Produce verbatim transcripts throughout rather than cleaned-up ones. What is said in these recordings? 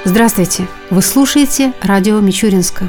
Здравствуйте! Вы слушаете радио Мичуринска.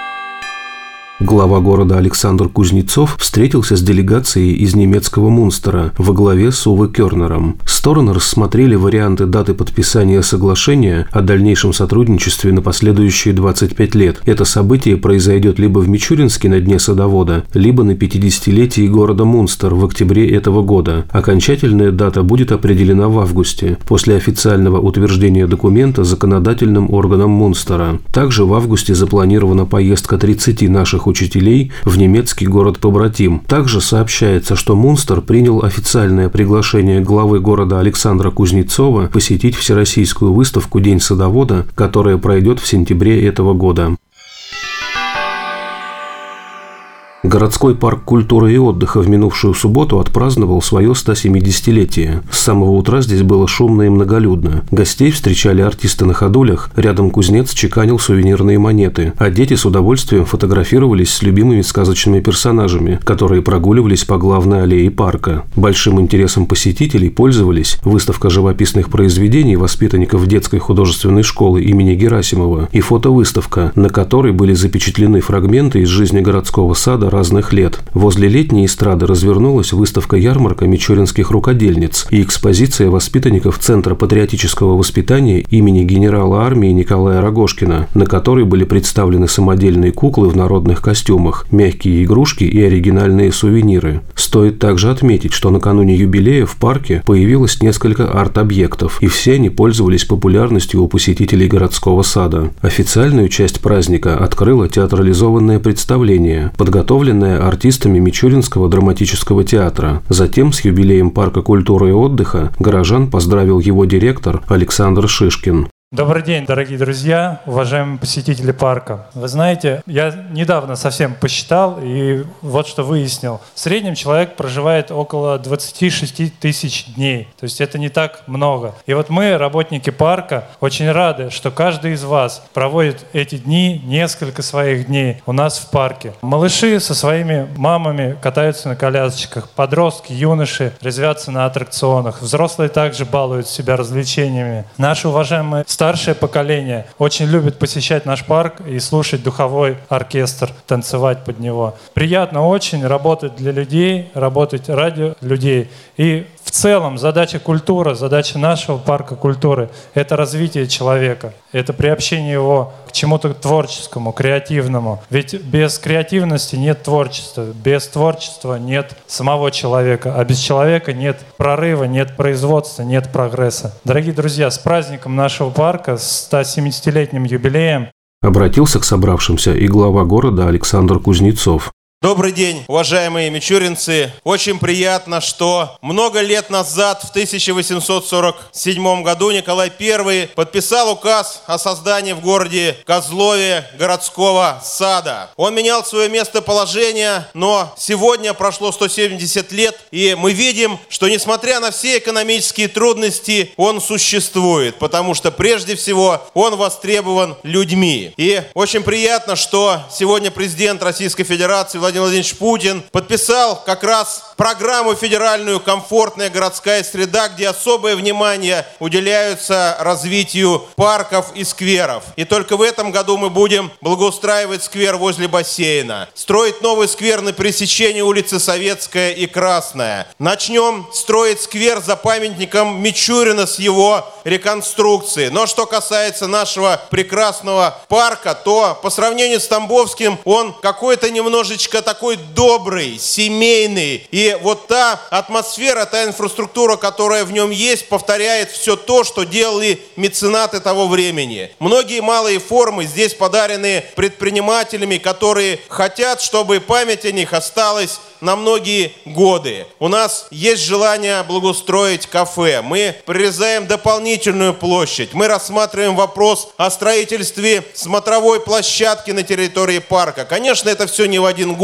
Глава города Александр Кузнецов встретился с делегацией из немецкого Мунстера во главе с Уве Кернером. Стороны рассмотрели варианты даты подписания соглашения о дальнейшем сотрудничестве на последующие двадцать пять лет. Это событие произойдет либо в Мичуринске на Дне садовода, либо на пятидесятилетии города Мунстер в октябре этого года. Окончательная дата будет определена в августе, после официального утверждения документа законодательным органом Мунстера. Также в августе запланирована поездка тридцати наших учителей в немецкий город-побратим. Также сообщается, что Мунстер принял официальное приглашение главы города Александра Кузнецова посетить всероссийскую выставку «День садовода», которая пройдет в сентябре этого года. Городской парк культуры и отдыха в минувшую субботу отпраздновал свое сто семидесятилетие. С самого утра здесь было шумно и многолюдно. Гостей встречали артисты на ходулях, рядом кузнец чеканил сувенирные монеты, а дети с удовольствием фотографировались с любимыми сказочными персонажами, которые прогуливались по главной аллее парка. Большим интересом посетителей пользовались выставка живописных произведений воспитанников детской художественной школы имени Герасимова и фотовыставка, на которой были запечатлены фрагменты из жизни городского сада разных лет. Возле летней эстрады развернулась выставка-ярмарка мичуринских рукодельниц и экспозиция воспитанников Центра патриотического воспитания имени генерала армии Николая Рогожкина, на которой были представлены самодельные куклы в народных костюмах, мягкие игрушки и оригинальные сувениры. Стоит также отметить, что накануне юбилея в парке появилось несколько арт-объектов, и все они пользовались популярностью у посетителей городского сада. Официальную часть праздника открыло театрализованное представление, подготовленное артистами Мичуринского драматического театра. Затем с юбилеем парка культуры и отдыха горожан поздравил его директор Александр Шишкин. Добрый день, дорогие друзья, уважаемые посетители парка. Вы знаете, я недавно совсем посчитал и вот что выяснил. В среднем человек проживает около двадцати шести тысяч дней. То есть это не так много. И вот мы, работники парка, очень рады, что каждый из вас проводит эти дни, несколько своих дней у нас в парке. Малыши со своими мамами катаются на колясочках, подростки, юноши резвятся на аттракционах. Взрослые также балуют себя развлечениями. Наши уважаемые старшее поколение очень любит посещать наш парк и слушать духовой оркестр, танцевать под него. Приятно очень работать для людей, работать ради людей. И в целом задача культуры, задача нашего парка культуры – это развитие человека, это приобщение его к чему-то творческому, креативному. Ведь без креативности нет творчества, без творчества нет самого человека, а без человека нет прорыва, нет производства, нет прогресса. Дорогие друзья, с праздником нашего парка, с сто семидесятилетним юбилеем обратился к собравшимся и глава города Александр Кузнецов. Добрый день, уважаемые мичуринцы. Очень приятно, что много лет назад, в тысяча восемьсот сорок седьмом году, Николай Первый подписал указ о создании в городе Козлове городского сада. Он менял свое местоположение, но сегодня прошло сто семьдесят лет, и мы видим, что несмотря на все экономические трудности, он существует, потому что прежде всего он востребован людьми. И очень приятно, что сегодня президент Российской Федерации Владимир Владимир Владимирович Путин подписал как раз программу федеральную «Комфортная городская среда», где особое внимание уделяется развитию парков и скверов. И только в этом году мы будем благоустраивать сквер возле бассейна, строить новый сквер на пересечении улицы Советская и Красная. Начнем строить сквер за памятником Мичурина с его реконструкцией. Но что касается нашего прекрасного парка, то по сравнению с Тамбовским он какой-то немножечко такой добрый, семейный. И вот та атмосфера, та инфраструктура, которая в нем есть, повторяет все то, что делали меценаты того времени. Многие малые формы здесь подарены предпринимателями, которые хотят, чтобы память о них осталась на многие годы. У нас есть желание благоустроить кафе. Мы прирезаем дополнительную площадь. Мы рассматриваем вопрос о строительстве смотровой площадки на территории парка. Конечно, это все не в один год.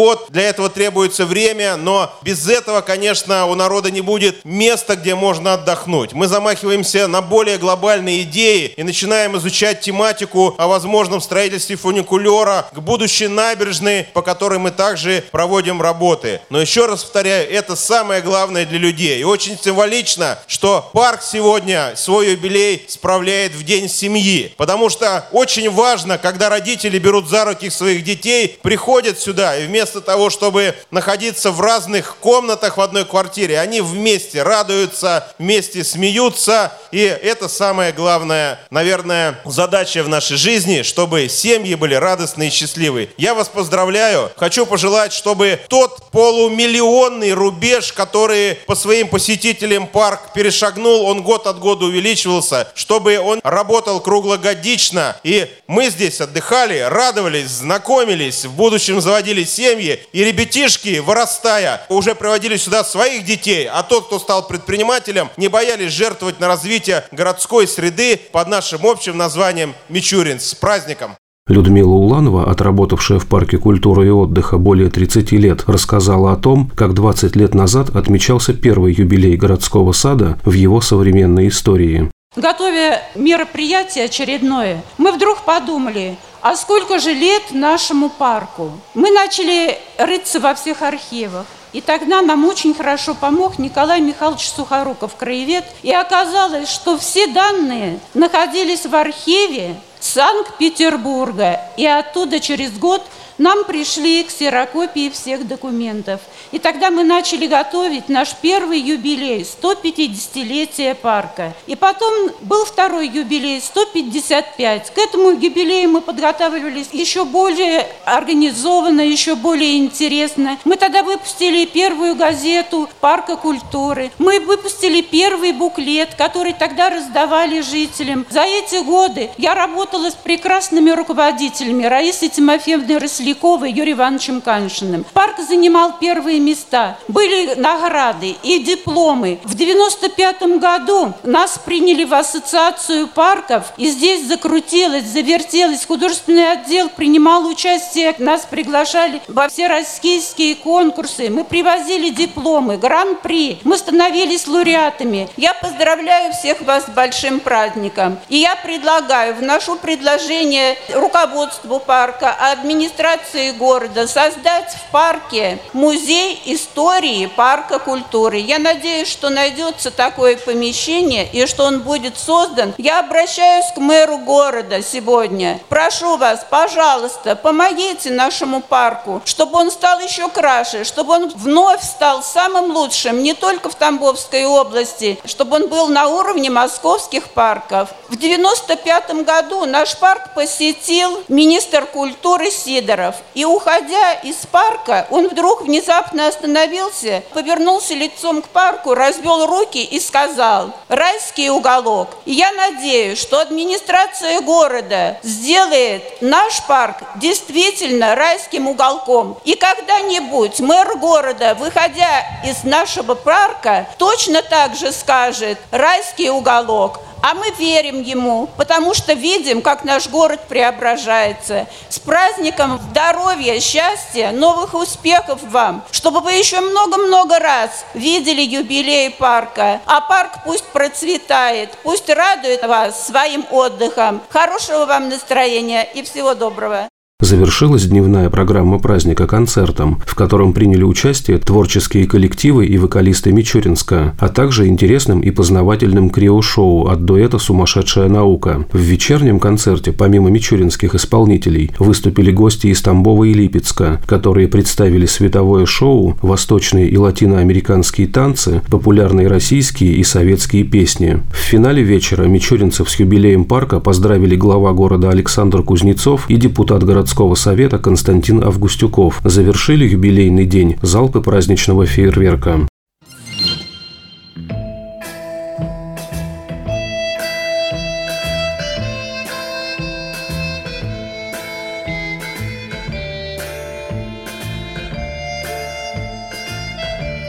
год. Для этого требуется время, но без этого, конечно, у народа не будет места, где можно отдохнуть. Мы замахиваемся на более глобальные идеи и начинаем изучать тематику о возможном строительстве фуникулера к будущей набережной, по которой мы также проводим работы. Но еще раз повторяю, это самое главное для людей. И очень символично, что парк сегодня свой юбилей справляет в День семьи. Потому что очень важно, когда родители берут за руки своих детей, приходят сюда, и вместо того, чтобы находиться в разных комнатах в одной квартире, они вместе радуются, вместе смеются. И это самая главная, наверное, задача в нашей жизни, чтобы семьи были радостные и счастливые. Я вас поздравляю. Хочу пожелать, чтобы тот полумиллионный рубеж, который по своим посетителям парк перешагнул, он год от года увеличивался, чтобы он работал круглогодично. И мы здесь отдыхали, радовались, знакомились, в будущем заводили семьи. И ребятишки, вырастая, уже приводили сюда своих детей. А тот, кто стал предпринимателем, не боялись жертвовать на развитие городской среды под нашим общим названием «Мичуринск». С праздником! Людмила Уланова, отработавшая в парке культуры и отдыха более тридцати лет, рассказала о том, как двадцать лет назад отмечался первый юбилей городского сада в его современной истории. Готовя мероприятие очередное, мы вдруг подумали, а сколько же лет нашему парку? Мы начали рыться во всех архивах. И тогда нам очень хорошо помог Николай Михайлович Сухоруков, краевед. И оказалось, что все данные находились в архиве Санкт-Петербурга. И оттуда через год нам пришли ксерокопии всех документов. И тогда мы начали готовить наш первый юбилей, сто пятидесятилетие парка. И потом был второй юбилей, сто пятьдесят пять. К этому юбилею мы подготавливались еще более организованно, еще более интересно. Мы тогда выпустили первую газету «Парка культуры». Мы выпустили первый буклет, который тогда раздавали жителям. За эти годы я работала с прекрасными руководителями Раисой Тимофеевной Росляковой и Юрием Ивановичем Каншиным. Парк занимал первые места. Были награды и дипломы. В девяносто пятом году нас приняли в ассоциацию парков, и здесь закрутилось, завертелось. Художественный отдел принимал участие, нас приглашали во всероссийские конкурсы. Мы привозили дипломы, гран-при, мы становились лауреатами. Я поздравляю всех вас с большим праздником. И я предлагаю, вношу предложение руководству парка, администрации города создать в парке музей истории парка культуры. Я надеюсь, что найдется такое помещение и что он будет создан. Я обращаюсь к мэру города сегодня. Прошу вас, пожалуйста, помогите нашему парку, чтобы он стал еще краше, чтобы он вновь стал самым лучшим не только в Тамбовской области, чтобы он был на уровне московских парков. В девяносто пятом году наш парк посетил министр культуры Сидоров. И, уходя из парка, он вдруг внезапно остановился, повернулся лицом к парку, развел руки и сказал: «Райский уголок». И я надеюсь, что администрация города сделает наш парк действительно райским уголком. И когда-нибудь мэр города, выходя из нашего парка, точно так же скажет: «Райский уголок». А мы верим ему, потому что видим, как наш город преображается. С праздником здоровья, счастья, новых успехов вам, чтобы вы еще много-много раз видели юбилей парка. А парк пусть процветает, пусть радует вас своим отдыхом. Хорошего вам настроения и всего доброго. Завершилась дневная программа праздника концертом, в котором приняли участие творческие коллективы и вокалисты Мичуринска, а также интересным и познавательным крио-шоу от дуэта «Сумасшедшая наука». В вечернем концерте, помимо мичуринских исполнителей, выступили гости из Тамбова и Липецка, которые представили световое шоу, восточные и латиноамериканские танцы, популярные российские и советские песни. В финале вечера мичуринцев с юбилеем парка поздравили глава города Александр Кузнецов и депутат городского совета Константин Августюков. Завершили юбилейный день залпы праздничного фейерверка.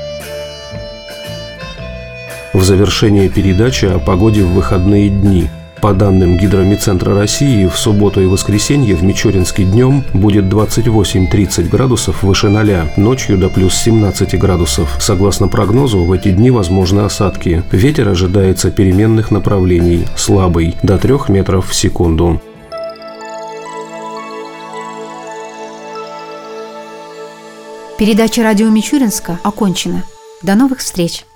В завершение передачи о погоде в выходные дни. По данным Гидромедцентра России, в субботу и воскресенье в Мичуринске днем будет двадцать восемь - тридцать градусов выше ноля, ночью до плюс семнадцать градусов. Согласно прогнозу, в эти дни возможны осадки. Ветер ожидается переменных направлений, слабый, до трёх метров в секунду. Передача «Радио Мичуринска» окончена. До новых встреч!